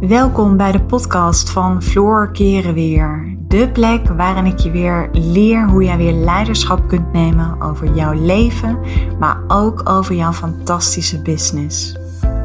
Welkom bij de podcast van Floor Keren Weer. De plek waarin ik je weer leer hoe jij weer leiderschap kunt nemen over jouw leven, maar ook over jouw fantastische business.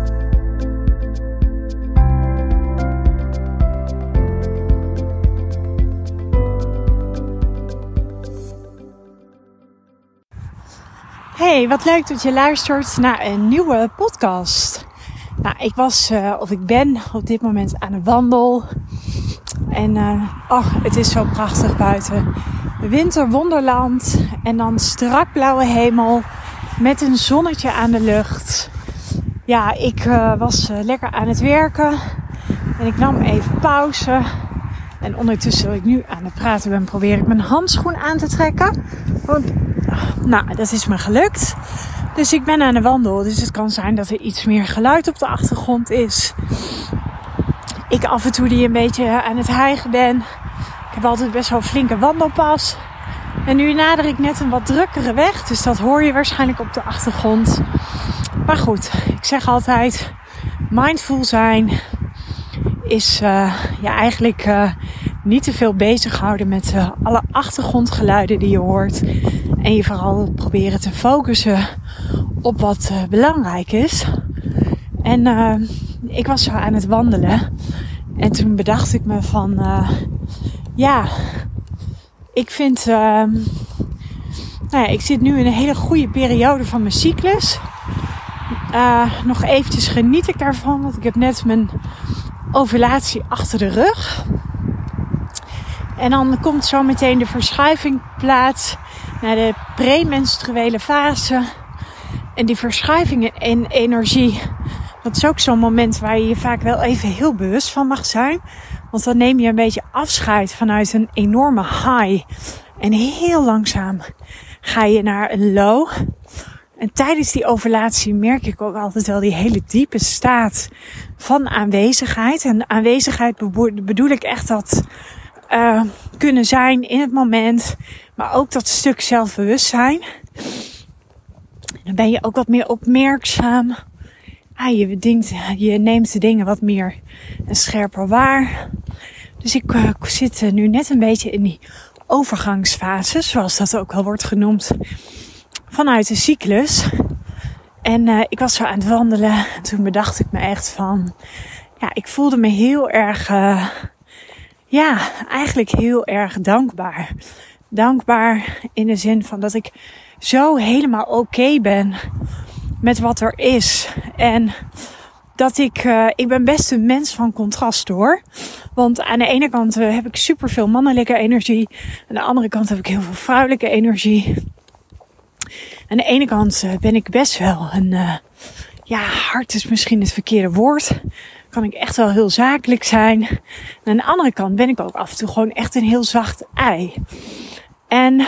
Hey, wat leuk dat je luistert naar een nieuwe podcast. Nou, ik ben op dit moment aan de wandel. En het is zo prachtig buiten. Winterwonderland. En dan strak blauwe hemel. Met een zonnetje aan de lucht. Ja, ik was lekker aan het werken. En ik nam even pauze. En ondertussen dat ik nu aan het praten ben, probeer ik mijn handschoen aan te trekken. Want, dat is me gelukt. Dus ik ben aan de wandel. Dus het kan zijn dat er iets meer geluid op de achtergrond is. Ik af en toe die een beetje aan het hijgen ben. Ik heb altijd best wel een flinke wandelpas. En nu nader ik net een wat drukkere weg. Dus dat hoor je waarschijnlijk op de achtergrond. Maar goed, ik zeg altijd, mindful zijn is eigenlijk niet te veel bezighouden met alle achtergrondgeluiden die je hoort. En je vooral proberen te focussen op wat belangrijk is. En ik was zo aan het wandelen. En toen bedacht ik me van... ik vind... ik zit nu in een hele goede periode van mijn cyclus. Nog eventjes geniet ik daarvan. Want ik heb net mijn ovulatie achter de rug. En dan komt zo meteen de verschuiving plaats naar de premenstruele fase. En die verschuivingen in energie, dat is ook zo'n moment waar je je vaak wel even heel bewust van mag zijn. Want dan neem je een beetje afscheid vanuit een enorme high. En heel langzaam ga je naar een low. En tijdens die ovulatie merk ik ook altijd wel die hele diepe staat van aanwezigheid. En aanwezigheid bedoel ik echt dat kunnen zijn in het moment. Maar ook dat stuk zelfbewustzijn. Dan ben je ook wat meer opmerkzaam. Je neemt de dingen wat meer en scherper waar. Dus ik zit nu net een beetje in die overgangsfase, zoals dat ook wel wordt genoemd, vanuit de cyclus. En ik was zo aan het wandelen en toen bedacht ik me echt van... ik voelde me heel erg... eigenlijk heel erg dankbaar. Dankbaar in de zin van dat ik zo helemaal oké ben met wat er is. En dat ik ben best een mens van contrast hoor. Want aan de ene kant heb ik superveel mannelijke energie. Aan de andere kant heb ik heel veel vrouwelijke energie. Aan de ene kant ben ik best wel een... hard is misschien het verkeerde woord. Kan ik echt wel heel zakelijk zijn. En aan de andere kant ben ik ook af en toe gewoon echt een heel zacht ei. En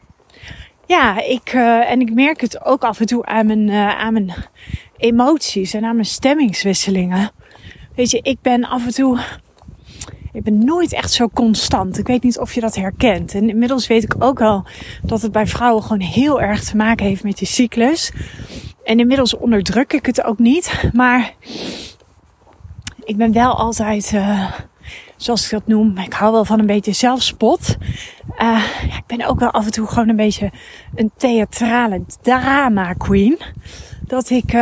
ik merk het ook af en toe aan mijn emoties en aan mijn stemmingswisselingen. Weet je, ik ben nooit echt zo constant. Ik weet niet of je dat herkent. En inmiddels weet ik ook wel dat het bij vrouwen gewoon heel erg te maken heeft met die cyclus. En inmiddels onderdruk ik het ook niet. Maar ik ben wel altijd, zoals ik dat noem, ik hou wel van een beetje zelfspot. Ik ben ook wel af en toe gewoon een beetje een theatrale drama queen. Dat ik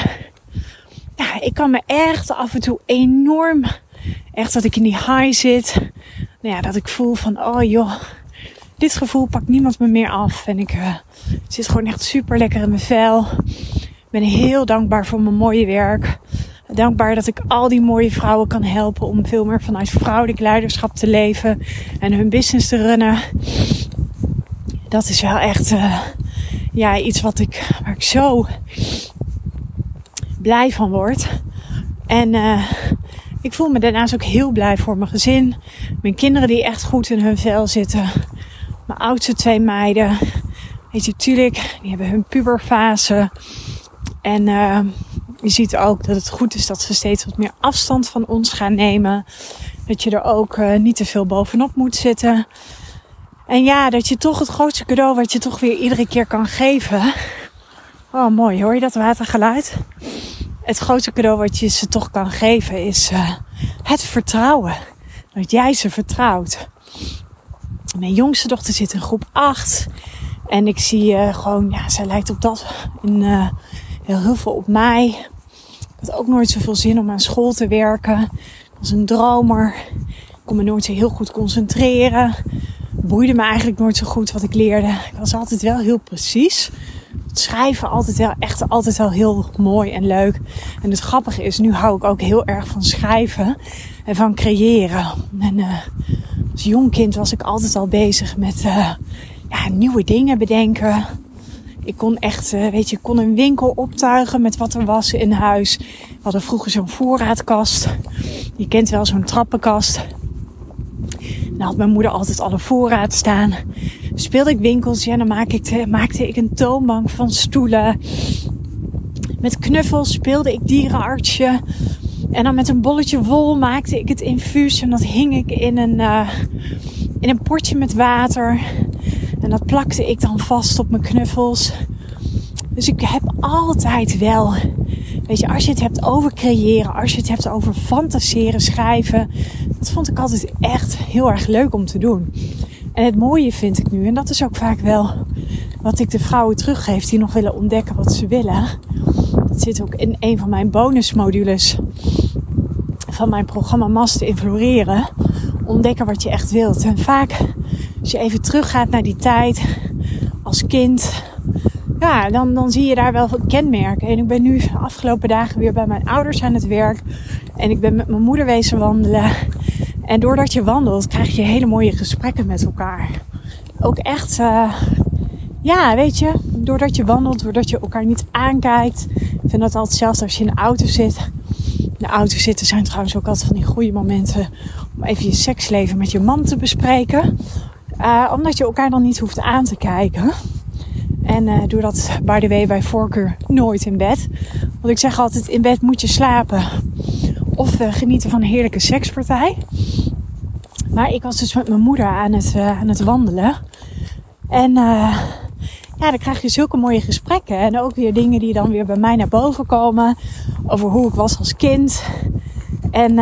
kan me echt af en toe enorm, echt dat ik in die high zit. Dat ik voel van, oh joh, dit gevoel pakt niemand me meer af. En ik zit gewoon echt super lekker in mijn vel. Ik ben heel dankbaar voor mijn mooie werk. Dankbaar dat ik al die mooie vrouwen kan helpen om veel meer vanuit vrouwelijk leiderschap te leven en hun business te runnen. Dat is wel echt iets waar ik zo blij van word. En ik voel me daarnaast ook heel blij voor mijn gezin. Mijn kinderen die echt goed in hun vel zitten. Mijn oudste 2 meiden. Weet je, tuurlijk, die hebben hun puberfase. En je ziet ook dat het goed is dat ze steeds wat meer afstand van ons gaan nemen. Dat je er ook niet te veel bovenop moet zitten. En dat je toch het grootste cadeau wat je toch weer iedere keer kan geven. Oh, mooi. Hoor je dat watergeluid? het grootste cadeau wat je ze toch kan geven is het vertrouwen. Dat jij ze vertrouwt. Mijn jongste dochter zit in groep 8. En ik zie zij lijkt op dat heel veel op mij. Ik had ook nooit zoveel zin om aan school te werken. Ik was een dromer. Ik kon me nooit zo heel goed concentreren. Boeide me eigenlijk nooit zo goed wat ik leerde. Ik was altijd wel heel precies. Het schrijven altijd wel heel mooi en leuk. En het grappige is, nu hou ik ook heel erg van schrijven en van creëren. En als jong kind was ik altijd al bezig met nieuwe dingen bedenken. Ik kon echt, kon een winkel optuigen met wat er was in huis. We hadden vroeger zo'n voorraadkast. Je kent wel zo'n trappenkast. Dan had mijn moeder altijd alle voorraad staan. Speelde ik winkels, dan maakte ik een toonbank van stoelen. Met knuffels speelde ik dierenartsje. En dan met een bolletje wol maakte ik het infuus. En dat hing ik in een potje met water. En dat plakte ik dan vast op mijn knuffels. Dus ik heb altijd wel... als je het hebt over creëren, als je het hebt over fantaseren, schrijven. Dat vond ik altijd echt heel erg leuk om te doen. En het mooie vind ik nu, en dat is ook vaak wel wat ik de vrouwen teruggeef die nog willen ontdekken wat ze willen. Dat zit ook in een van mijn bonusmodules van mijn programma Master in Floreren. Ontdekken wat je echt wilt. En vaak als je even teruggaat naar die tijd als kind... Ja, dan zie je daar wel kenmerken. En ik ben nu de afgelopen dagen weer bij mijn ouders aan het werk. En ik ben met mijn moeder wezen wandelen. En doordat je wandelt, krijg je hele mooie gesprekken met elkaar. Ook echt, doordat je wandelt, doordat je elkaar niet aankijkt. Ik vind dat altijd hetzelfde als je in de auto zit. In de auto zitten zijn trouwens ook altijd van die goede momenten om even je seksleven met je man te bespreken. Omdat je elkaar dan niet hoeft aan te kijken. En doe dat, by the way, bij voorkeur nooit in bed. Want ik zeg altijd, in bed moet je slapen. Of genieten van een heerlijke sekspartij. Maar ik was dus met mijn moeder aan het wandelen. En dan krijg je zulke mooie gesprekken. En ook weer dingen die dan weer bij mij naar boven komen. Over hoe ik was als kind. En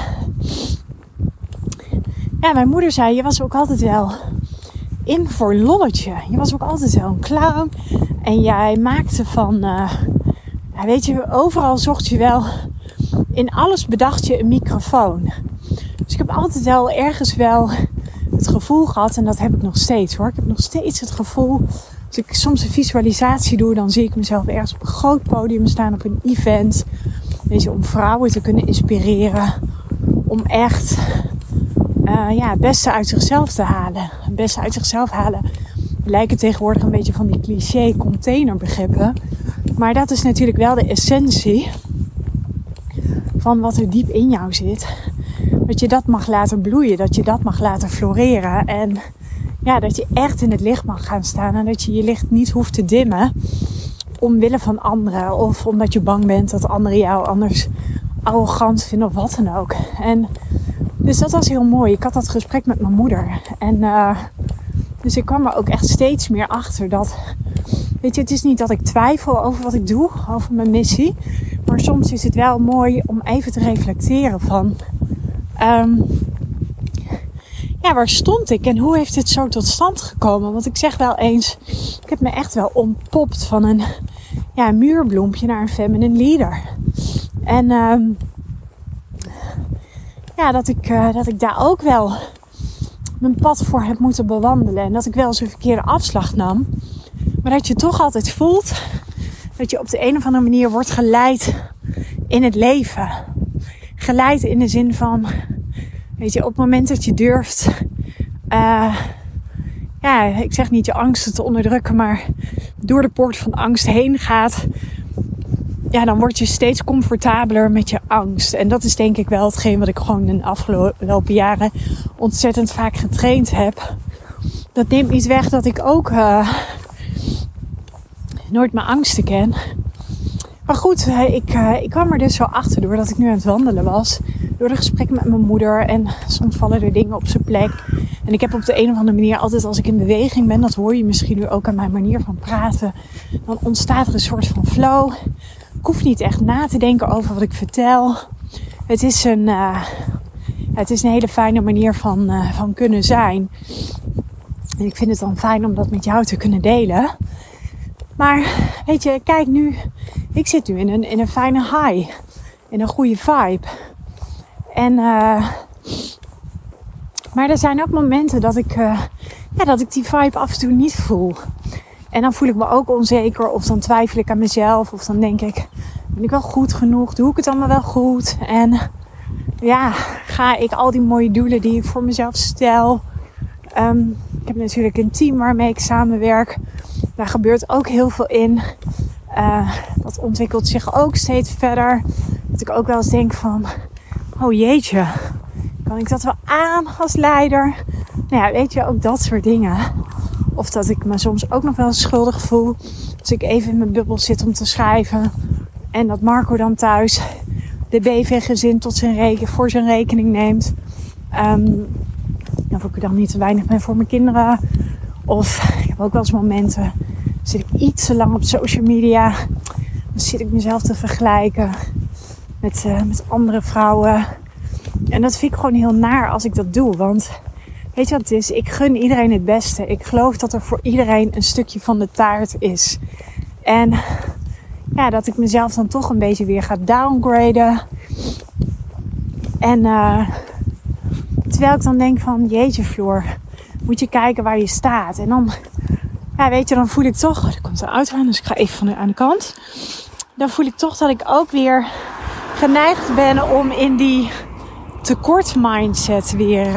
mijn moeder zei, je was ook altijd wel... in voor lolletje. Je was ook altijd wel een clown. En jij maakte van... overal zocht je wel... in alles bedacht je een microfoon. Dus ik heb altijd wel ergens wel het gevoel gehad... en dat heb ik nog steeds hoor. Ik heb nog steeds het gevoel... als ik soms een visualisatie doe... dan zie ik mezelf ergens op een groot podium staan... op een event. Om vrouwen te kunnen inspireren. Om echt... het beste uit zichzelf te halen. Het beste uit zichzelf halen lijken tegenwoordig een beetje van die cliché containerbegrippen. Maar dat is natuurlijk wel de essentie van wat er diep in jou zit. Dat je dat mag laten bloeien, dat je dat mag laten floreren. En dat je echt in het licht mag gaan staan. En dat je je licht niet hoeft te dimmen omwille van anderen. Of omdat je bang bent dat anderen jou anders arrogant vinden of wat dan ook. En... dus dat was heel mooi. Ik had dat gesprek met mijn moeder. En dus ik kwam er ook echt steeds meer achter dat... het is niet dat ik twijfel over wat ik doe, over mijn missie. Maar soms is het wel mooi om even te reflecteren van... waar stond ik en hoe heeft dit zo tot stand gekomen? Want ik zeg wel eens, ik heb me echt wel ontpopt van een muurbloempje naar een feminine leader. En... dat ik daar ook wel mijn pad voor heb moeten bewandelen. En dat ik wel eens een verkeerde afslag nam. Maar dat je toch altijd voelt dat je op de een of andere manier wordt geleid in het leven. Geleid in de zin van, op het moment dat je durft... ik zeg niet je angsten te onderdrukken, maar door de poort van angst heen gaat... dan word je steeds comfortabeler met je angst. En dat is denk ik wel hetgeen wat ik gewoon in de afgelopen jaren ontzettend vaak getraind heb. Dat neemt niet weg dat ik ook nooit mijn angsten ken. Maar goed, ik kwam er dus zo achter doordat ik nu aan het wandelen was. Door de gesprekken met mijn moeder. En soms vallen er dingen op zijn plek. En ik heb op de een of andere manier altijd als ik in beweging ben. Dat hoor je misschien nu ook aan mijn manier van praten. Dan ontstaat er een soort van flow. Ik hoef niet echt na te denken over wat ik vertel. Het is een hele fijne manier van kunnen zijn. En ik vind het dan fijn om dat met jou te kunnen delen. Maar weet je, kijk nu. Ik zit nu in een fijne high. In een goede vibe. Maar er zijn ook momenten dat ik die vibe af en toe niet voel. En dan voel ik me ook onzeker. Of dan twijfel ik aan mezelf. Of dan denk ik, ben ik wel goed genoeg? Doe ik het allemaal wel goed? En ja, ga ik al die mooie doelen die ik voor mezelf stel. Ik heb natuurlijk een team waarmee ik samenwerk. Daar gebeurt ook heel veel in. Dat ontwikkelt zich ook steeds verder. Dat ik ook wel eens denk van, oh jeetje, kan ik dat wel aan als leider? Nou ja, weet je, ook dat soort dingen. Of dat ik me soms ook nog wel schuldig voel. Als ik even in mijn bubbel zit om te schrijven. En dat Marco dan thuis de BV-gezin voor zijn rekening neemt. Of ik dan niet te weinig ben voor mijn kinderen. Of ik heb ook wel eens momenten. Zit ik iets te lang op social media. Dan zit ik mezelf te vergelijken met andere vrouwen. En dat vind ik gewoon heel naar als ik dat doe. Want weet je wat het is? Ik gun iedereen het beste. Ik geloof dat er voor iedereen een stukje van de taart is. En ja, dat ik mezelf dan toch een beetje weer ga downgraden. En terwijl ik dan denk van, jeetje Floor, moet je kijken waar je staat. En dan, ja weet je, dan voel ik toch, er komt een auto aan, dus ik ga even aan de kant. Dan voel ik toch dat ik ook weer geneigd ben om in die tekort mindset weer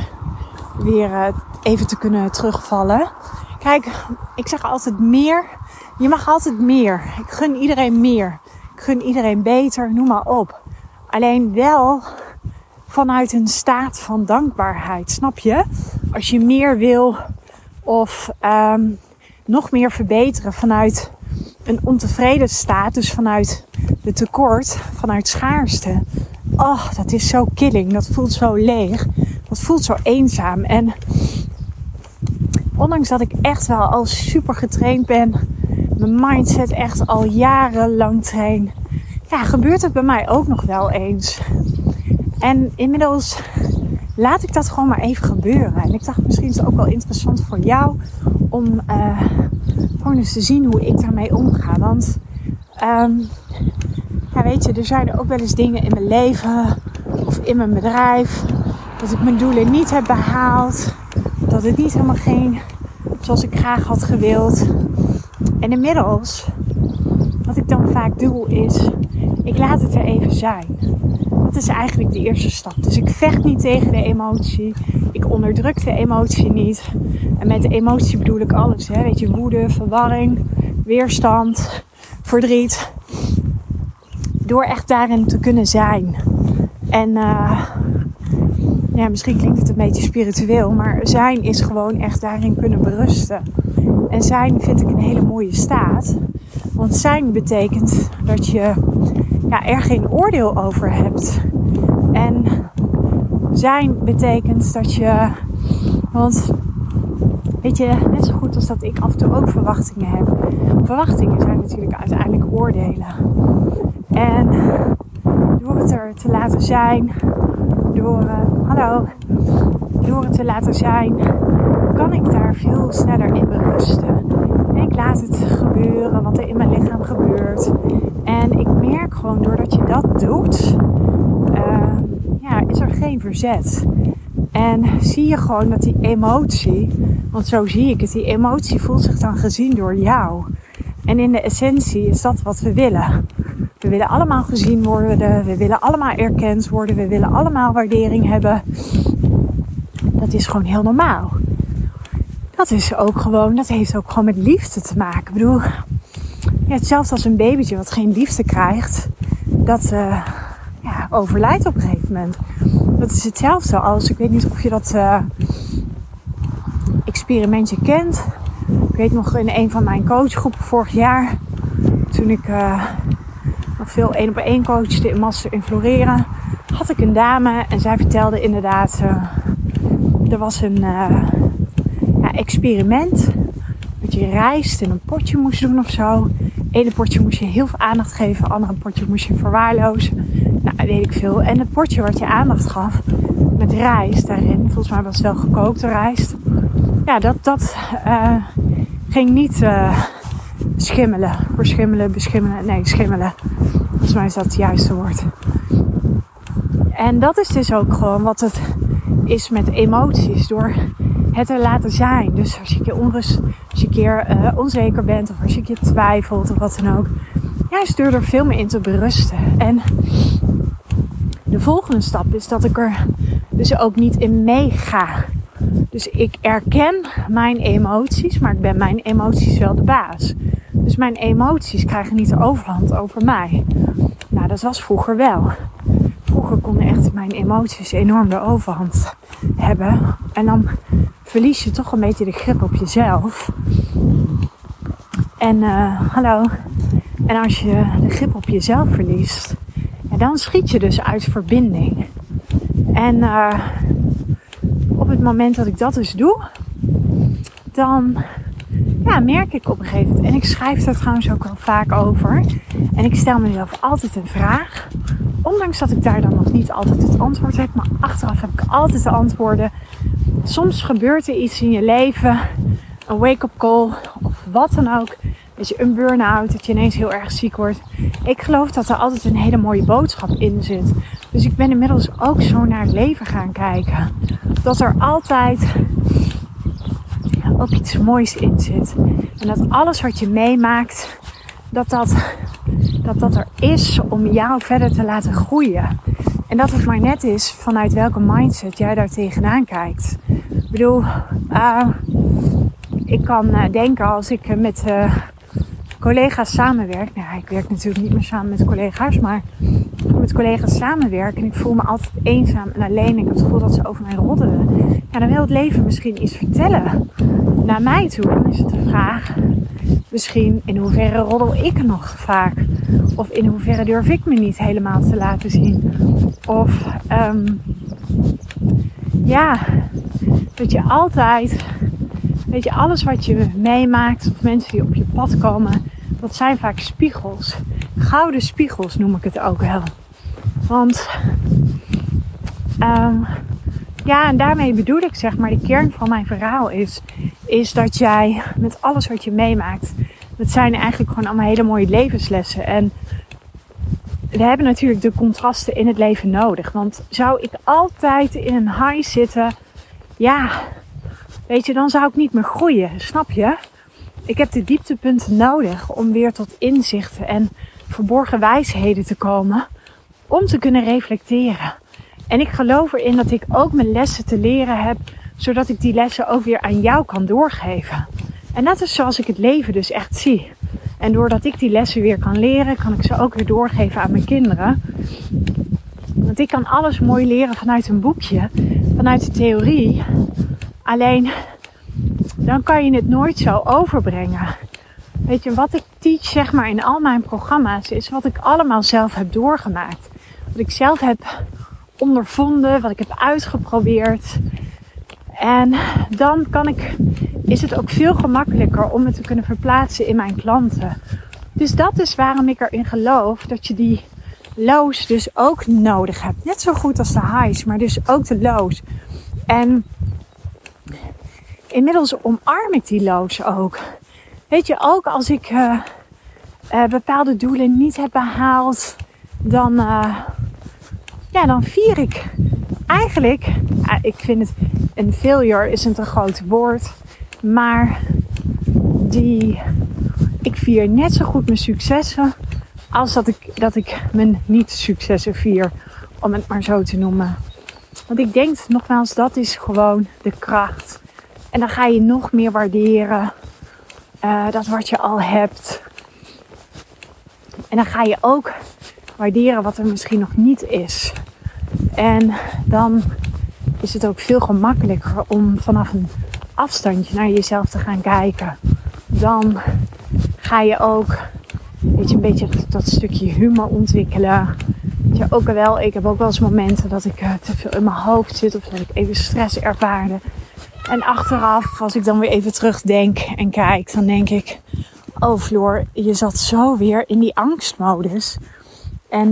even te kunnen terugvallen. Kijk, ik zeg altijd meer. Je mag altijd meer. Ik gun iedereen meer. Ik gun iedereen beter, noem maar op. Alleen wel vanuit een staat van dankbaarheid, snap je? Als je meer wil of nog meer verbeteren vanuit een ontevreden staat, dus vanuit de tekort, vanuit schaarste. Oh, dat is zo killing. Dat voelt zo leeg. Dat voelt zo eenzaam. En ondanks dat ik echt wel al super getraind ben, mijn mindset echt al jarenlang train, ja, gebeurt het bij mij ook nog wel eens. En inmiddels laat ik dat gewoon maar even gebeuren. En ik dacht, misschien is het ook wel interessant voor jou om gewoon eens te zien hoe ik daarmee omga. Want ja, weet je, er zijn ook wel eens dingen in mijn leven of in mijn bedrijf dat ik mijn doelen niet heb behaald. Dat het niet helemaal ging zoals ik graag had gewild. En inmiddels, wat ik dan vaak doe is, ik laat het er even zijn. Dat is eigenlijk de eerste stap. Dus ik vecht niet tegen de emotie. Ik onderdruk de emotie niet. En met de emotie bedoel ik alles. Hè? Weet je, woede, verwarring, weerstand, verdriet. Door echt daarin te kunnen zijn. En ja, misschien klinkt het een beetje spiritueel. Maar zijn is gewoon echt daarin kunnen berusten. En zijn vind ik een hele mooie staat. Want zijn betekent dat je er geen oordeel over hebt. En zijn betekent dat je, want weet je, net zo goed als dat ik af en toe ook verwachtingen heb. Verwachtingen zijn natuurlijk uiteindelijk oordelen. En door het er te laten zijn, door het te laten zijn, kan ik daar veel sneller in berusten. En ik laat het gebeuren wat er in mijn lichaam gebeurt. En ik merk gewoon, doordat je dat doet, is er geen verzet. En zie je gewoon dat die emotie, want zo zie ik het, die emotie voelt zich dan gezien door jou. En in de essentie is dat wat we willen. We willen allemaal gezien worden, we willen allemaal erkend worden, we willen allemaal waardering hebben. Dat is gewoon heel normaal. Dat heeft ook gewoon met liefde te maken. Ik bedoel, hetzelfde als een babytje wat geen liefde krijgt, dat overlijdt op een gegeven moment. Dat is hetzelfde als, ik weet niet of je dat experimentje kent. Ik weet nog in een van mijn coachgroepen vorig jaar, toen ik nog veel 1-op-1 coachte in Master in Floreren, had ik een dame en zij vertelde inderdaad, er was een experiment dat je rijst in een potje moest doen of zo. Ene potje moest je heel veel aandacht geven. Andere potje moest je verwaarlozen. Nou, weet ik veel. En het potje wat je aandacht gaf met rijst daarin. Volgens mij was het wel gekookte rijst. Ja, dat ging niet schimmelen. Verschimmelen, beschimmelen. Nee, schimmelen. Volgens mij is dat het juiste woord. En dat is dus ook gewoon wat het is met emoties. Door het er laten zijn. Dus als je een keer onzeker bent. Of als je een keer twijfelt. Of wat dan ook. Juist door er veel meer in te berusten. En de volgende stap is dat ik er dus ook niet in meega. Dus ik erken mijn emoties. Maar ik ben mijn emoties wel de baas. Dus mijn emoties krijgen niet de overhand over mij. Nou, dat was vroeger wel. Vroeger konden echt mijn emoties enorm de overhand hebben. En dan verlies je toch een beetje de grip op jezelf. En hallo. En als je de grip op jezelf verliest, ja, dan schiet je dus uit verbinding. En op het moment dat ik dat dus doe, dan merk ik op een gegeven moment. En ik schrijf er trouwens ook wel vaak over. En ik stel mezelf altijd een vraag. Ondanks dat ik daar dan nog niet altijd het antwoord heb. Maar achteraf heb ik altijd de antwoorden. Soms gebeurt er iets in je leven. Een wake-up call. Of wat dan ook. Dat je een burn-out. Dat je ineens heel erg ziek wordt. Ik geloof dat er altijd een hele mooie boodschap in zit. Dus ik ben inmiddels ook zo naar het leven gaan kijken. Dat er altijd ook iets moois in zit. En dat alles wat je meemaakt, dat er is om jou verder te laten groeien. En dat het maar net is vanuit welke mindset jij daar tegenaan kijkt. Ik bedoel, ik kan denken als ik met collega's samenwerk. Nou, ik werk natuurlijk niet meer samen met collega's, maar met collega's samenwerken. En ik voel me altijd eenzaam en alleen. Ik heb het gevoel dat ze over mij roddelen. Ja, dan wil het leven misschien iets vertellen naar mij toe. Dan is het de vraag, misschien in hoeverre roddel ik nog vaak? Of in hoeverre durf ik me niet helemaal te laten zien? Of dat je altijd, weet je, alles wat je meemaakt of mensen die op je pad komen, dat zijn vaak spiegels. Gouden spiegels noem ik het ook wel. Want en daarmee bedoel ik, zeg maar, de kern van mijn verhaal is dat jij met alles wat je meemaakt, dat zijn eigenlijk gewoon allemaal hele mooie levenslessen. En we hebben natuurlijk de contrasten in het leven nodig. Want zou ik altijd in een high zitten, ja, weet je, dan zou ik niet meer groeien, snap je? Ik heb de dieptepunten nodig om weer tot inzichten en verborgen wijsheden te komen, om te kunnen reflecteren. En ik geloof erin dat ik ook mijn lessen te leren heb, zodat ik die lessen ook weer aan jou kan doorgeven. En dat is zoals ik het leven dus echt zie. En doordat ik die lessen weer kan leren, kan ik ze ook weer doorgeven aan mijn kinderen. Want ik kan alles mooi leren vanuit een boekje, vanuit de theorie. Alleen, dan kan je het nooit zo overbrengen. Weet je, wat ik teach, zeg maar, in al mijn programma's, is wat ik allemaal zelf heb doorgemaakt. Wat ik zelf heb ondervonden, wat ik heb uitgeprobeerd. En dan is het ook veel gemakkelijker om het te kunnen verplaatsen in mijn klanten. Dus dat is waarom ik erin geloof dat je die lows dus ook nodig hebt. Net zo goed als de highs, maar dus ook de lows. En inmiddels omarm ik die lows ook. Weet je, ook als ik bepaalde doelen niet heb behaald, dan vier ik eigenlijk, ik vind het, een failure is een te groot woord, maar ik vier net zo goed mijn successen als dat ik mijn niet-successen vier, om het maar zo te noemen. Want ik denk nogmaals, dat is gewoon de kracht. En dan ga je nog meer waarderen dat wat je al hebt. En dan ga je ook waarderen wat er misschien nog niet is. En dan is het ook veel gemakkelijker om vanaf een afstandje naar jezelf te gaan kijken. Dan ga je ook, weet je, een beetje dat stukje humor ontwikkelen. Weet je, ook wel, ik heb ook wel eens momenten dat ik te veel in mijn hoofd zit of dat ik even stress ervaarde. En achteraf, als ik dan weer even terugdenk en kijk, dan denk ik, oh Floor, je zat zo weer in die angstmodus. En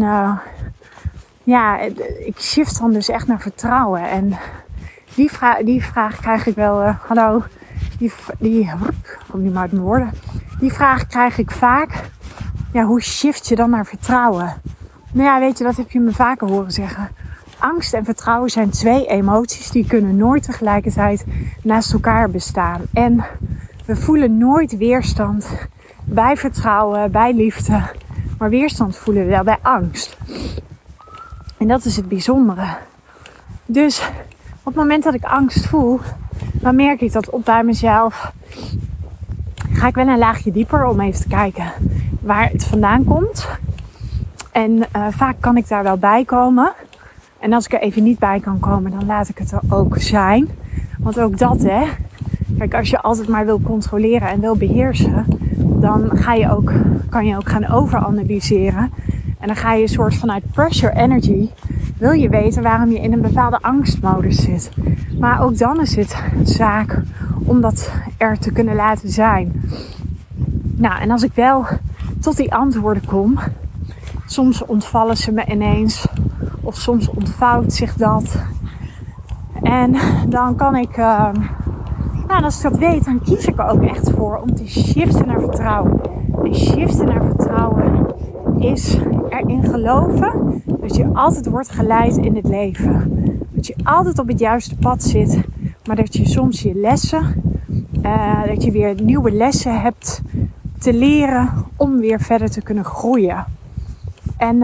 ik shift dan dus echt naar vertrouwen. En die vraag krijg ik wel, hallo, komt niet meer uit mijn woorden. Die vraag krijg ik vaak. Ja, hoe shift je dan naar vertrouwen? Nou ja, weet je, dat heb je me vaker horen zeggen. Angst en vertrouwen zijn 2 emoties die kunnen nooit tegelijkertijd naast elkaar bestaan. En we voelen nooit weerstand bij vertrouwen, bij liefde. Maar weerstand voelen we wel bij angst. En dat is het bijzondere. Dus op het moment dat ik angst voel, dan merk ik dat op bij mezelf. Ga ik wel een laagje dieper om even te kijken waar het vandaan komt. En vaak kan ik daar wel bij komen. En als ik er even niet bij kan komen, dan laat ik het er ook zijn. Want ook dat, hè. Kijk, als je altijd maar wil controleren en wil beheersen, dan kan je ook gaan overanalyseren. En dan ga je een soort vanuit pressure energy, wil je weten waarom je in een bepaalde angstmodus zit. Maar ook dan is het zaak om dat er te kunnen laten zijn. Nou, en als ik wel tot die antwoorden kom, soms ontvallen ze me ineens. Of soms ontvouwt zich dat. En dan kan ik, als ik dat weet, dan kies ik er ook echt voor om te shiften naar vertrouwen. En shiften naar vertrouwen is erin geloven dat je altijd wordt geleid in het leven. Dat je altijd op het juiste pad zit. Maar dat je soms je lessen, dat je weer nieuwe lessen hebt te leren om weer verder te kunnen groeien. En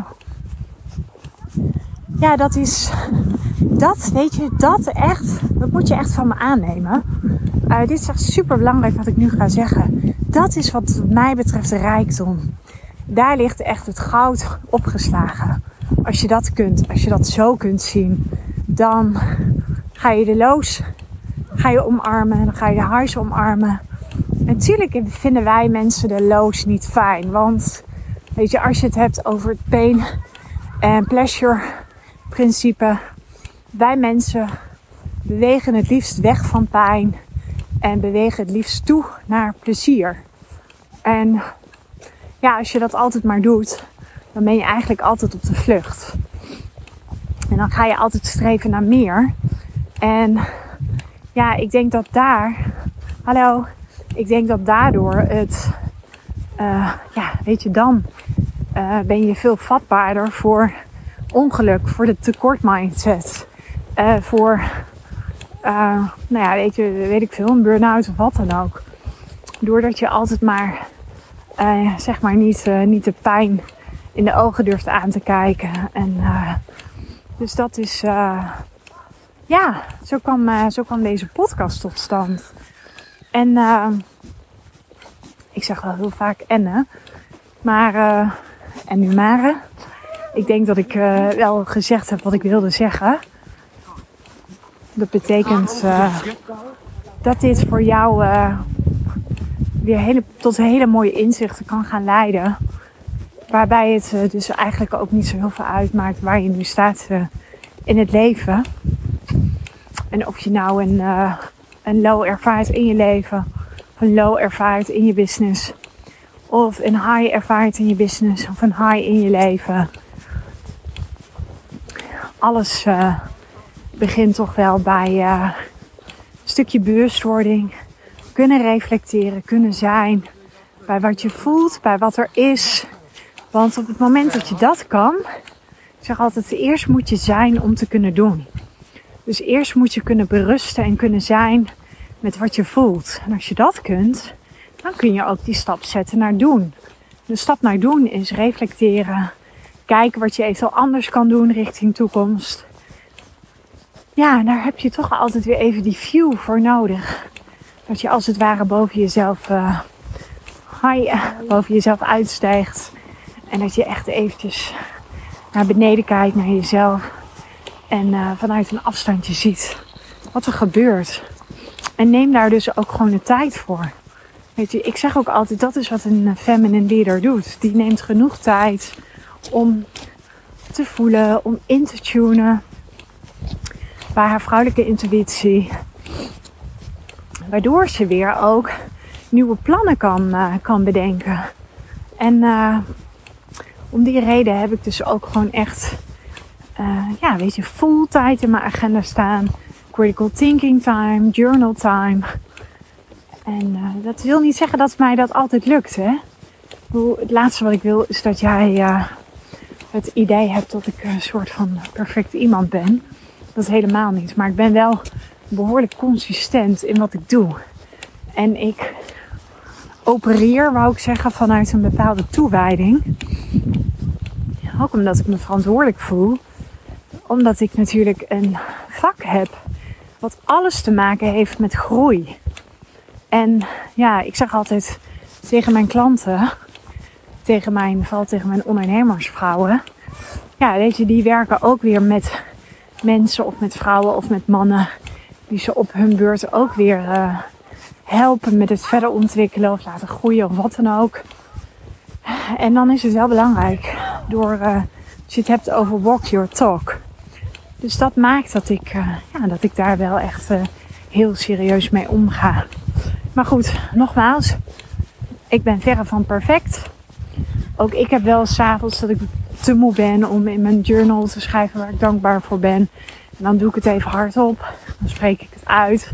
dat is, weet je, dat moet je echt van me aannemen. Dit is echt super belangrijk wat ik nu ga zeggen. Dat is wat mij betreft de rijkdom. Daar ligt echt het goud opgeslagen. Als je dat kunt, als je dat zo kunt zien, dan ga je de loos, omarmen, dan ga je de highs omarmen. Natuurlijk vinden wij mensen de lows niet fijn, want weet je, als je het hebt over het pain en pleasure principe, wij mensen bewegen het liefst weg van pijn en bewegen het liefst toe naar plezier. En ja, als je dat altijd maar doet, dan ben je eigenlijk altijd op de vlucht. En dan ga je altijd streven naar meer. En ja, ik denk dat daardoor het, dan ben je veel vatbaarder voor ongeluk, voor de tekortmindset. Weet ik veel, een burn-out of wat dan ook. Doordat je altijd maar, niet de pijn in de ogen durft aan te kijken. En dus dat is, zo kwam deze podcast tot stand. En ik zeg wel heel vaak maar ik denk dat ik wel gezegd heb wat ik wilde zeggen. Dat betekent dat dit voor jou weer tot hele mooie inzichten kan gaan leiden. Waarbij het dus eigenlijk ook niet zo heel veel uitmaakt waar je nu staat in het leven. En of je nou een low ervaart in je leven, of een low ervaart in je business, of een high ervaart in je business, of een high in je leven. Alles begint toch wel bij een stukje bewustwording. Kunnen reflecteren, kunnen zijn bij wat je voelt, bij wat er is. Want op het moment dat je dat kan, ik zeg altijd, eerst moet je zijn om te kunnen doen. Dus eerst moet je kunnen berusten en kunnen zijn met wat je voelt. En als je dat kunt, dan kun je ook die stap zetten naar doen. De stap naar doen is reflecteren. Kijken wat je eventueel anders kan doen richting toekomst. Ja, daar heb je toch altijd weer even die view voor nodig. Dat je als het ware boven jezelf uitstijgt. En dat je echt eventjes naar beneden kijkt, naar jezelf. En vanuit een afstandje ziet wat er gebeurt. En neem daar dus ook gewoon de tijd voor. Weet je, ik zeg ook altijd, dat is wat een feminine leader doet. Die neemt genoeg tijd om te voelen, om in te tunen bij haar vrouwelijke intuïtie. Waardoor ze weer ook nieuwe plannen kan bedenken. En om die reden heb ik dus ook gewoon echt full tijd in mijn agenda staan. Critical thinking time, journal time. En dat wil niet zeggen dat mij dat altijd lukt, hè. Het laatste wat ik wil is dat jij het idee hebt dat ik een soort van perfect iemand ben. Dat is helemaal niet. Maar ik ben wel behoorlijk consistent in wat ik doe. En ik opereer, wou ik zeggen, vanuit een bepaalde toewijding. Ook omdat ik me verantwoordelijk voel. Omdat ik natuurlijk een vak heb wat alles te maken heeft met groei. En ja, ik zeg altijd tegen mijn klanten, vooral tegen mijn ondernemersvrouwen. Ja, weet je, die werken ook weer met mensen of met vrouwen of met mannen. Die ze op hun beurt ook weer helpen met het verder ontwikkelen of laten groeien of wat dan ook. En dan is het wel belangrijk als je het hebt over walk your talk. Dus dat maakt dat ik daar wel echt heel serieus mee omga. Maar goed, nogmaals, ik ben verre van perfect. Ook ik heb wel 's avonds dat ik te moe ben om in mijn journal te schrijven waar ik dankbaar voor ben. En dan doe ik het even hardop. Dan spreek ik het uit.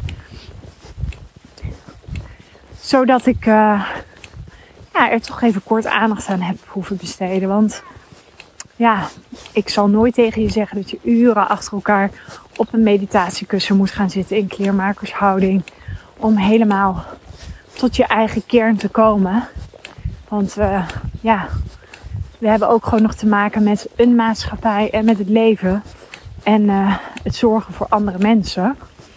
Zodat ik er toch even kort aandacht aan heb hoeven besteden. Want ja, ik zal nooit tegen je zeggen dat je uren achter elkaar op een meditatiekussen moet gaan zitten in kleermakershouding. Om helemaal tot je eigen kern te komen. Want we hebben ook gewoon nog te maken met een maatschappij en met het leven. En het zorgen voor andere mensen.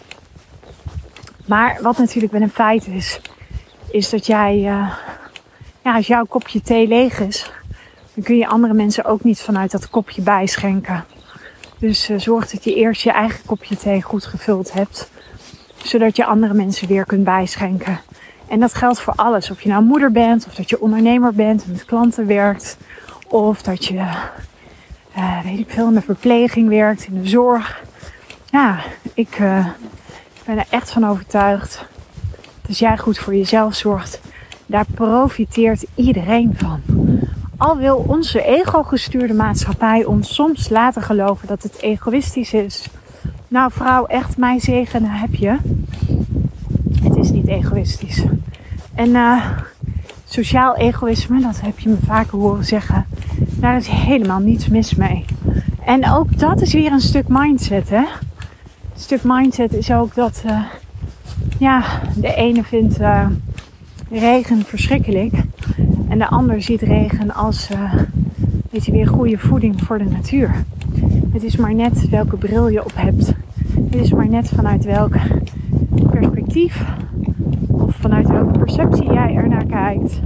Maar wat natuurlijk wel een feit is dat jij, als jouw kopje thee leeg is, dan kun je andere mensen ook niet vanuit dat kopje bijschenken. Dus zorg dat je eerst je eigen kopje thee goed gevuld hebt. Zodat je andere mensen weer kunt bijschenken. En dat geldt voor alles. Of je nou moeder bent, of dat je ondernemer bent en met klanten werkt. Of dat je, in de verpleging werkt, in de zorg. Ja, ik ben er echt van overtuigd. Dat als jij goed voor jezelf zorgt, daar profiteert iedereen van. Al wil onze ego-gestuurde maatschappij ons soms laten geloven dat het egoïstisch is. Nou vrouw, echt mijn zegen heb je. Het is niet egoïstisch. En sociaal egoïsme, dat heb je me vaker horen zeggen. Daar is helemaal niets mis mee. En ook dat is weer een stuk mindset, hè. Een stuk mindset is ook dat de ene vindt regen verschrikkelijk. En de ander ziet regen als weer goede voeding voor de natuur. Het is maar net welke bril je op hebt. Het is maar net vanuit welk perspectief of vanuit welke perceptie jij ernaar kijkt.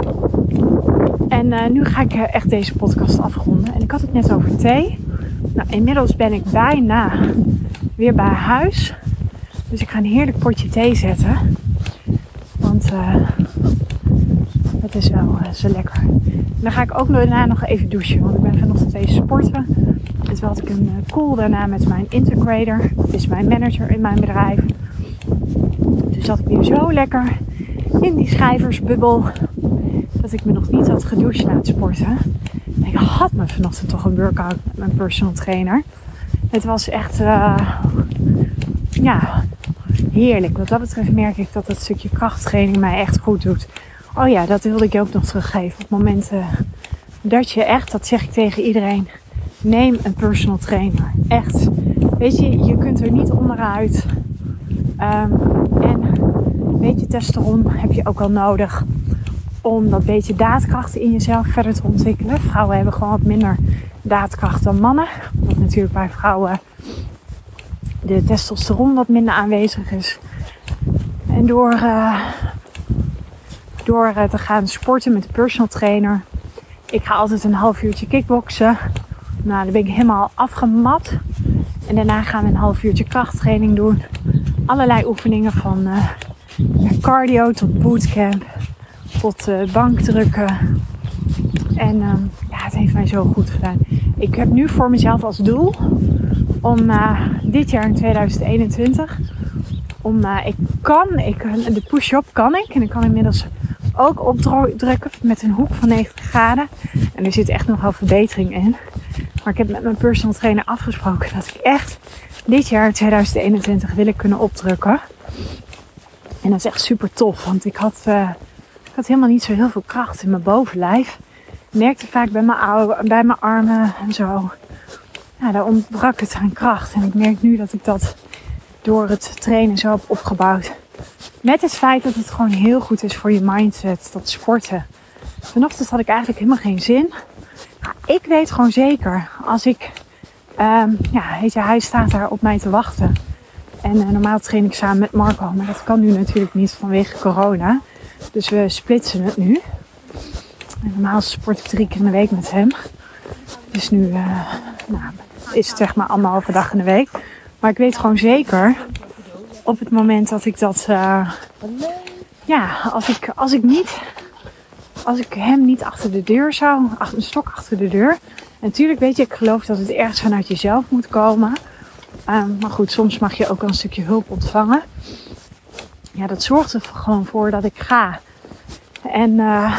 En nu ga ik echt deze podcast afronden. En ik had het net over thee. Nou, inmiddels ben ik bijna weer bij huis. Dus ik ga een heerlijk potje thee zetten. Want dat is wel zo lekker. En dan ga ik ook daarna nog even douchen. Want ik ben vanochtend even sporten. En toen had ik een call daarna met mijn integrator. Dat is mijn manager in mijn bedrijf. Toen zat ik weer zo lekker in die schrijversbubbel. Dat ik me nog niet had gedoucht na het sporten. En ik had me vanochtend toch een workout met mijn personal trainer. Het was echt heerlijk. Wat dat betreft merk ik dat het stukje krachttraining mij echt goed doet. Oh ja, dat wilde ik je ook nog teruggeven. Op momenten dat je echt, dat zeg ik tegen iedereen, neem een personal trainer. Echt. Weet je, je kunt er niet onderuit. En weet je, testosteron heb je ook al nodig om dat beetje daadkracht in jezelf verder te ontwikkelen. Vrouwen hebben gewoon wat minder daadkracht dan mannen. Omdat natuurlijk bij vrouwen de testosteron wat minder aanwezig is. En door te gaan sporten met de personal trainer. Ik ga altijd een half uurtje kickboksen. Nou, dan ben ik helemaal afgemat. En daarna gaan we een half uurtje krachttraining doen. Allerlei oefeningen van cardio tot bootcamp. Tot bankdrukken. En het heeft mij zo goed gedaan. Ik heb nu voor mezelf als doel om dit jaar in 2021 De push-up kan ik. En ik kan inmiddels ook opdrukken met een hoek van 90 graden. En er zit echt nog wel verbetering in. Maar ik heb met mijn personal trainer afgesproken dat ik echt dit jaar 2021 wil ik kunnen opdrukken. En dat is echt super tof. Want ik had helemaal niet zo heel veel kracht in mijn bovenlijf. Ik merkte vaak bij mijn armen en zo. Ja, daar ontbrak het aan kracht. En ik merk nu dat ik dat door het trainen zo heb opgebouwd. Met het feit dat het gewoon heel goed is voor je mindset, dat sporten. Vanochtend had ik eigenlijk helemaal geen zin. Maar ik weet gewoon zeker, als ik... hij staat daar op mij te wachten. En normaal train ik samen met Marco, maar dat kan nu natuurlijk niet vanwege corona. Dus we splitsen het nu. En normaal sport ik 3 keer in de week met hem. Dus nu is het zeg maar 1,5 dag in de week. Maar ik weet gewoon zeker, op het moment dat ik dat... Als ik hem niet achter de deur zou... Een stok achter de deur. En natuurlijk weet je, ik geloof dat het ergens vanuit jezelf moet komen. Maar goed, soms mag je ook wel een stukje hulp ontvangen. Ja, dat zorgt er gewoon voor dat ik ga. En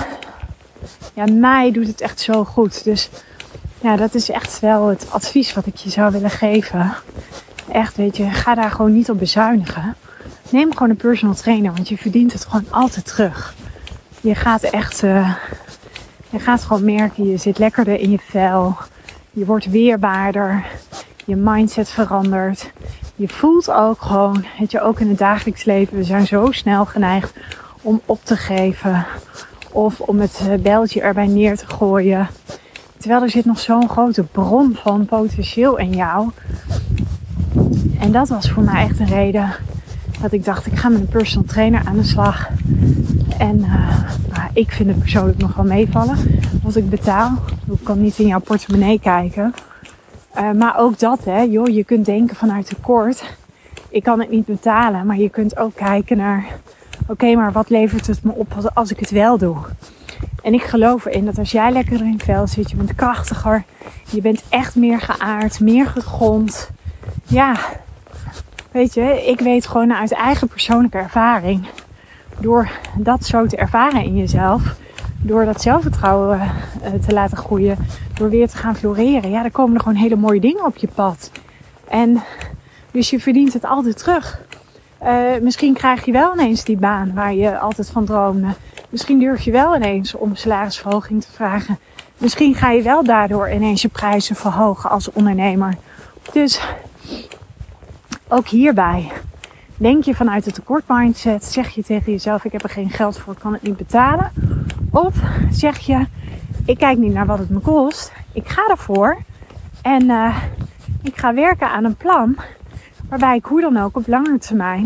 mij doet het echt zo goed. Dus ja, dat is echt wel het advies wat ik je zou willen geven. Echt, weet je, ga daar gewoon niet op bezuinigen. Neem gewoon een personal trainer, want je verdient het gewoon altijd terug. Je gaat echt, je gaat gewoon merken, je zit lekkerder in je vel. Je wordt weerbaarder. Je mindset verandert. Je voelt ook gewoon, weet je, ook in het dagelijks leven. We zijn zo snel geneigd om op te geven. Of om het beltje erbij neer te gooien. Terwijl er zit nog zo'n grote bron van potentieel in jou. En dat was voor mij echt een reden dat ik dacht, ik ga met een personal trainer aan de slag. En ik vind het persoonlijk nog wel meevallen. Wat ik betaal. Ik kan niet in jouw portemonnee kijken. Maar ook dat, hè. Joh, je kunt denken vanuit tekort. Ik kan het niet betalen. Maar je kunt ook kijken naar... Oké, maar wat levert het me op als ik het wel doe? En ik geloof erin dat als jij lekker in het vel zit, je bent krachtiger. Je bent echt meer geaard, meer gegrond. Ja, weet je, ik weet gewoon uit eigen persoonlijke ervaring. Door dat zo te ervaren in jezelf. Door dat zelfvertrouwen te laten groeien. Door weer te gaan floreren. Ja, dan komen er gewoon hele mooie dingen op je pad. En dus je verdient het altijd terug. Misschien krijg je wel ineens die baan waar je altijd van droomde. Misschien durf je wel ineens om salarisverhoging te vragen. Misschien ga je wel daardoor ineens je prijzen verhogen als ondernemer. Dus ook hierbij. Denk je vanuit het tekort mindset, zeg je tegen jezelf, ik heb er geen geld voor, ik kan het niet betalen. Of zeg je, ik kijk niet naar wat het me kost, ik ga ervoor en ik ga werken aan een plan waarbij ik hoe dan ook op lange termijn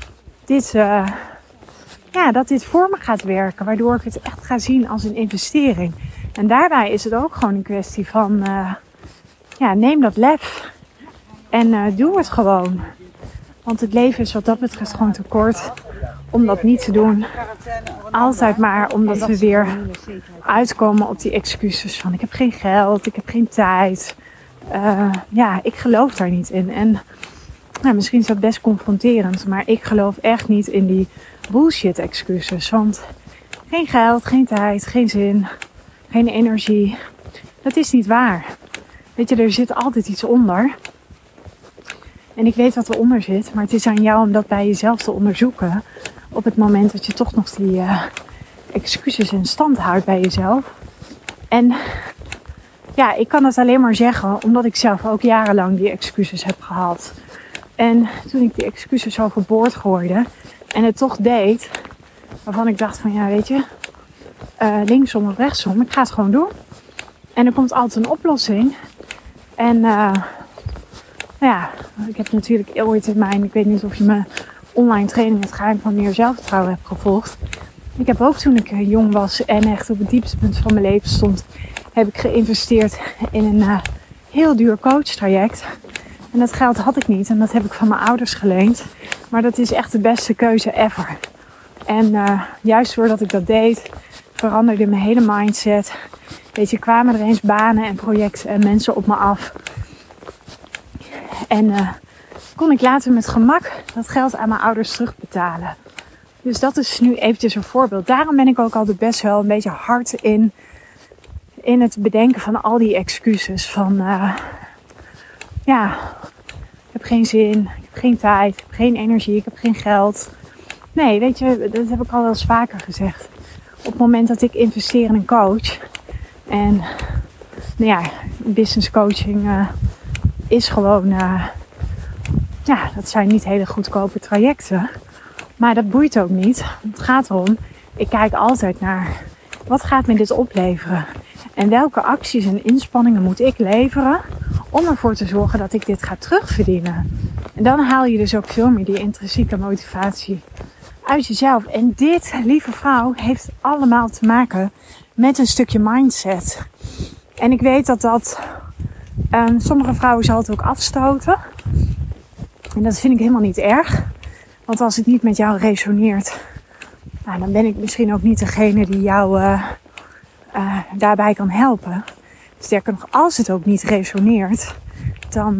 dat dit voor me gaat werken, waardoor ik het echt ga zien als een investering. En daarbij is het ook gewoon een kwestie van, neem dat lef en doe het gewoon. Want het leven is wat dat betreft gewoon te kort om dat niet te doen. Altijd maar omdat we weer uitkomen op die excuses van ik heb geen geld, ik heb geen tijd. Ik geloof daar niet in. En misschien is dat best confronterend, maar ik geloof echt niet in die bullshit excuses. Want geen geld, geen tijd, geen zin, geen energie. Dat is niet waar. Weet je, er zit altijd iets onder. En ik weet wat eronder zit, maar het is aan jou om dat bij jezelf te onderzoeken. Op het moment dat je toch nog die excuses in stand houdt bij jezelf. En ja, ik kan het alleen maar zeggen, omdat ik zelf ook jarenlang die excuses heb gehad. En toen ik die excuses overboord gooide en het toch deed, waarvan ik dacht van ja, weet je, linksom of rechtsom, ik ga het gewoon doen. En er komt altijd een oplossing. En ik heb natuurlijk ooit in mijn, ik weet niet of je mijn online training Het Geheim van Meer Zelfvertrouwen hebt gevolgd. Ik heb ook toen ik jong was en echt op het diepste punt van mijn leven stond, heb ik geïnvesteerd in een heel duur coachtraject. En dat geld had ik niet en dat heb ik van mijn ouders geleend. Maar dat is echt de beste keuze ever. En juist doordat ik dat deed, veranderde mijn hele mindset. Weet je, kwamen er eens banen en projecten en mensen op me af. En kon ik later met gemak dat geld aan mijn ouders terugbetalen. Dus dat is nu eventjes een voorbeeld. Daarom ben ik ook altijd best wel een beetje hard in het bedenken van al die excuses. Van ik heb geen zin, ik heb geen tijd, ik heb geen energie, ik heb geen geld. Nee, weet je, dat heb ik al wel eens vaker gezegd. Op het moment dat ik investeer in een coach. En business coaching is gewoon... dat zijn niet hele goedkope trajecten. Maar dat boeit ook niet. Het gaat erom, ik kijk altijd naar... Wat gaat me dit opleveren? En welke acties en inspanningen moet ik leveren om ervoor te zorgen dat ik dit ga terugverdienen? En dan haal je dus ook veel meer die intrinsieke motivatie uit jezelf. En dit, lieve vrouw, heeft allemaal te maken met een stukje mindset. En ik weet dat sommige vrouwen zal het ook afstoten. En dat vind ik helemaal niet erg. Want als het niet met jou resoneert, dan ben ik misschien ook niet degene die jou daarbij kan helpen. Sterker nog, als het ook niet resoneert, dan...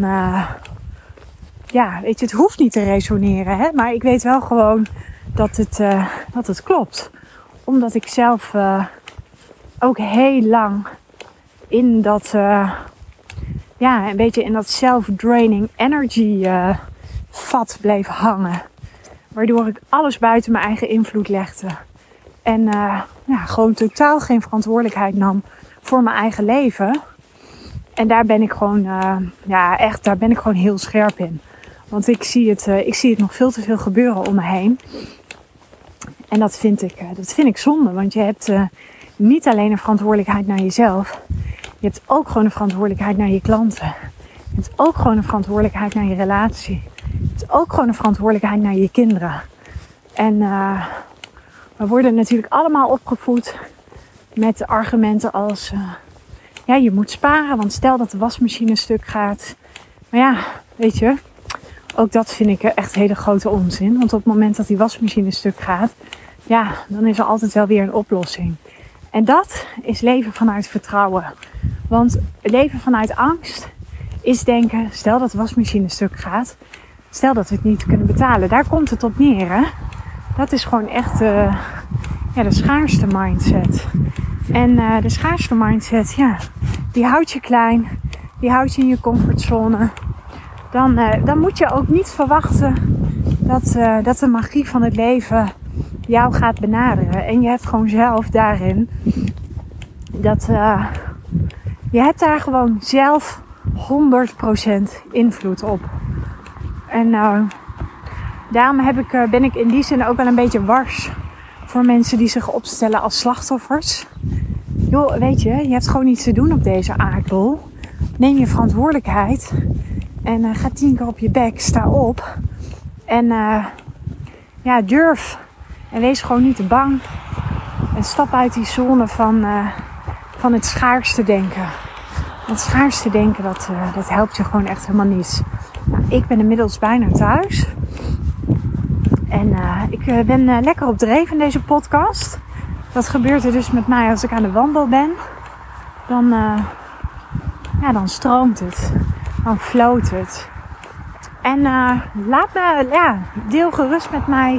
weet je, het hoeft niet te resoneren. Hè? Maar ik weet wel gewoon dat het klopt. Omdat ik zelf ook heel lang in dat... een beetje in dat self-draining energy vat bleef hangen. Waardoor ik alles buiten mijn eigen invloed legde. En gewoon totaal geen verantwoordelijkheid nam voor mijn eigen leven. En daar ben ik gewoon, daar ben ik gewoon heel scherp in. Want ik zie het nog veel te veel gebeuren om me heen. En dat vind ik zonde. Want je hebt niet alleen een verantwoordelijkheid naar jezelf. Je hebt ook gewoon een verantwoordelijkheid naar je klanten. Je hebt ook gewoon een verantwoordelijkheid naar je relatie. Je hebt ook gewoon een verantwoordelijkheid naar je kinderen. En we worden natuurlijk allemaal opgevoed met argumenten als... je moet sparen, want stel dat de wasmachine stuk gaat. Maar ja, weet je, ook dat vind ik echt hele grote onzin. Want op het moment dat die wasmachine stuk gaat, dan is er altijd wel weer een oplossing. En dat is leven vanuit vertrouwen. Want leven vanuit angst is denken, stel dat de wasmachine stuk gaat. Stel dat we het niet kunnen betalen. Daar komt het op neer, hè. Dat is gewoon echt de schaarste mindset. En de schaarste mindset, die houdt je klein. Die houdt je in je comfortzone. Dan moet je ook niet verwachten dat de magie van het leven jou gaat benaderen. En je hebt gewoon zelf daarin je hebt daar gewoon zelf 100% invloed op. En daarom ben ik in die zin ook wel een beetje wars voor mensen die zich opstellen als slachtoffers. Joh, weet je hebt gewoon iets te doen op deze aardbol. Neem je verantwoordelijkheid en ga 10 keer op je bek, sta op. En durf. En wees gewoon niet te bang. En stap uit die zone van het schaarste denken. Het schaarste denken, dat helpt je gewoon echt helemaal niet. Nou, ik ben inmiddels bijna thuis. En ik ben lekker op dreef in deze podcast. Dat gebeurt er dus met mij als ik aan de wandel ben. Dan stroomt het. Dan floot het. En deel gerust met mij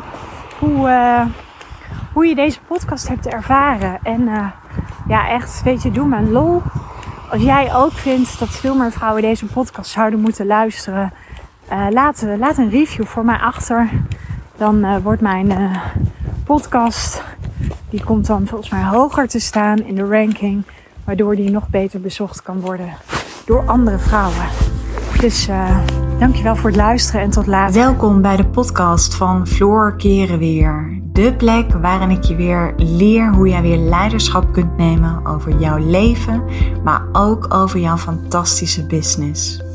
hoe je deze podcast hebt ervaren. En echt, weet je, doe me een lol. Als jij ook vindt dat veel meer vrouwen deze podcast zouden moeten luisteren, laat een review voor mij achter. Dan wordt mijn podcast, die komt dan volgens mij hoger te staan in de ranking, waardoor die nog beter bezocht kan worden door andere vrouwen. Dus dankjewel voor het luisteren en tot later. Welkom bij de podcast van Floor Keren Weer. De plek waarin ik je weer leer hoe jij weer leiderschap kunt nemen over jouw leven, maar ook over jouw fantastische business.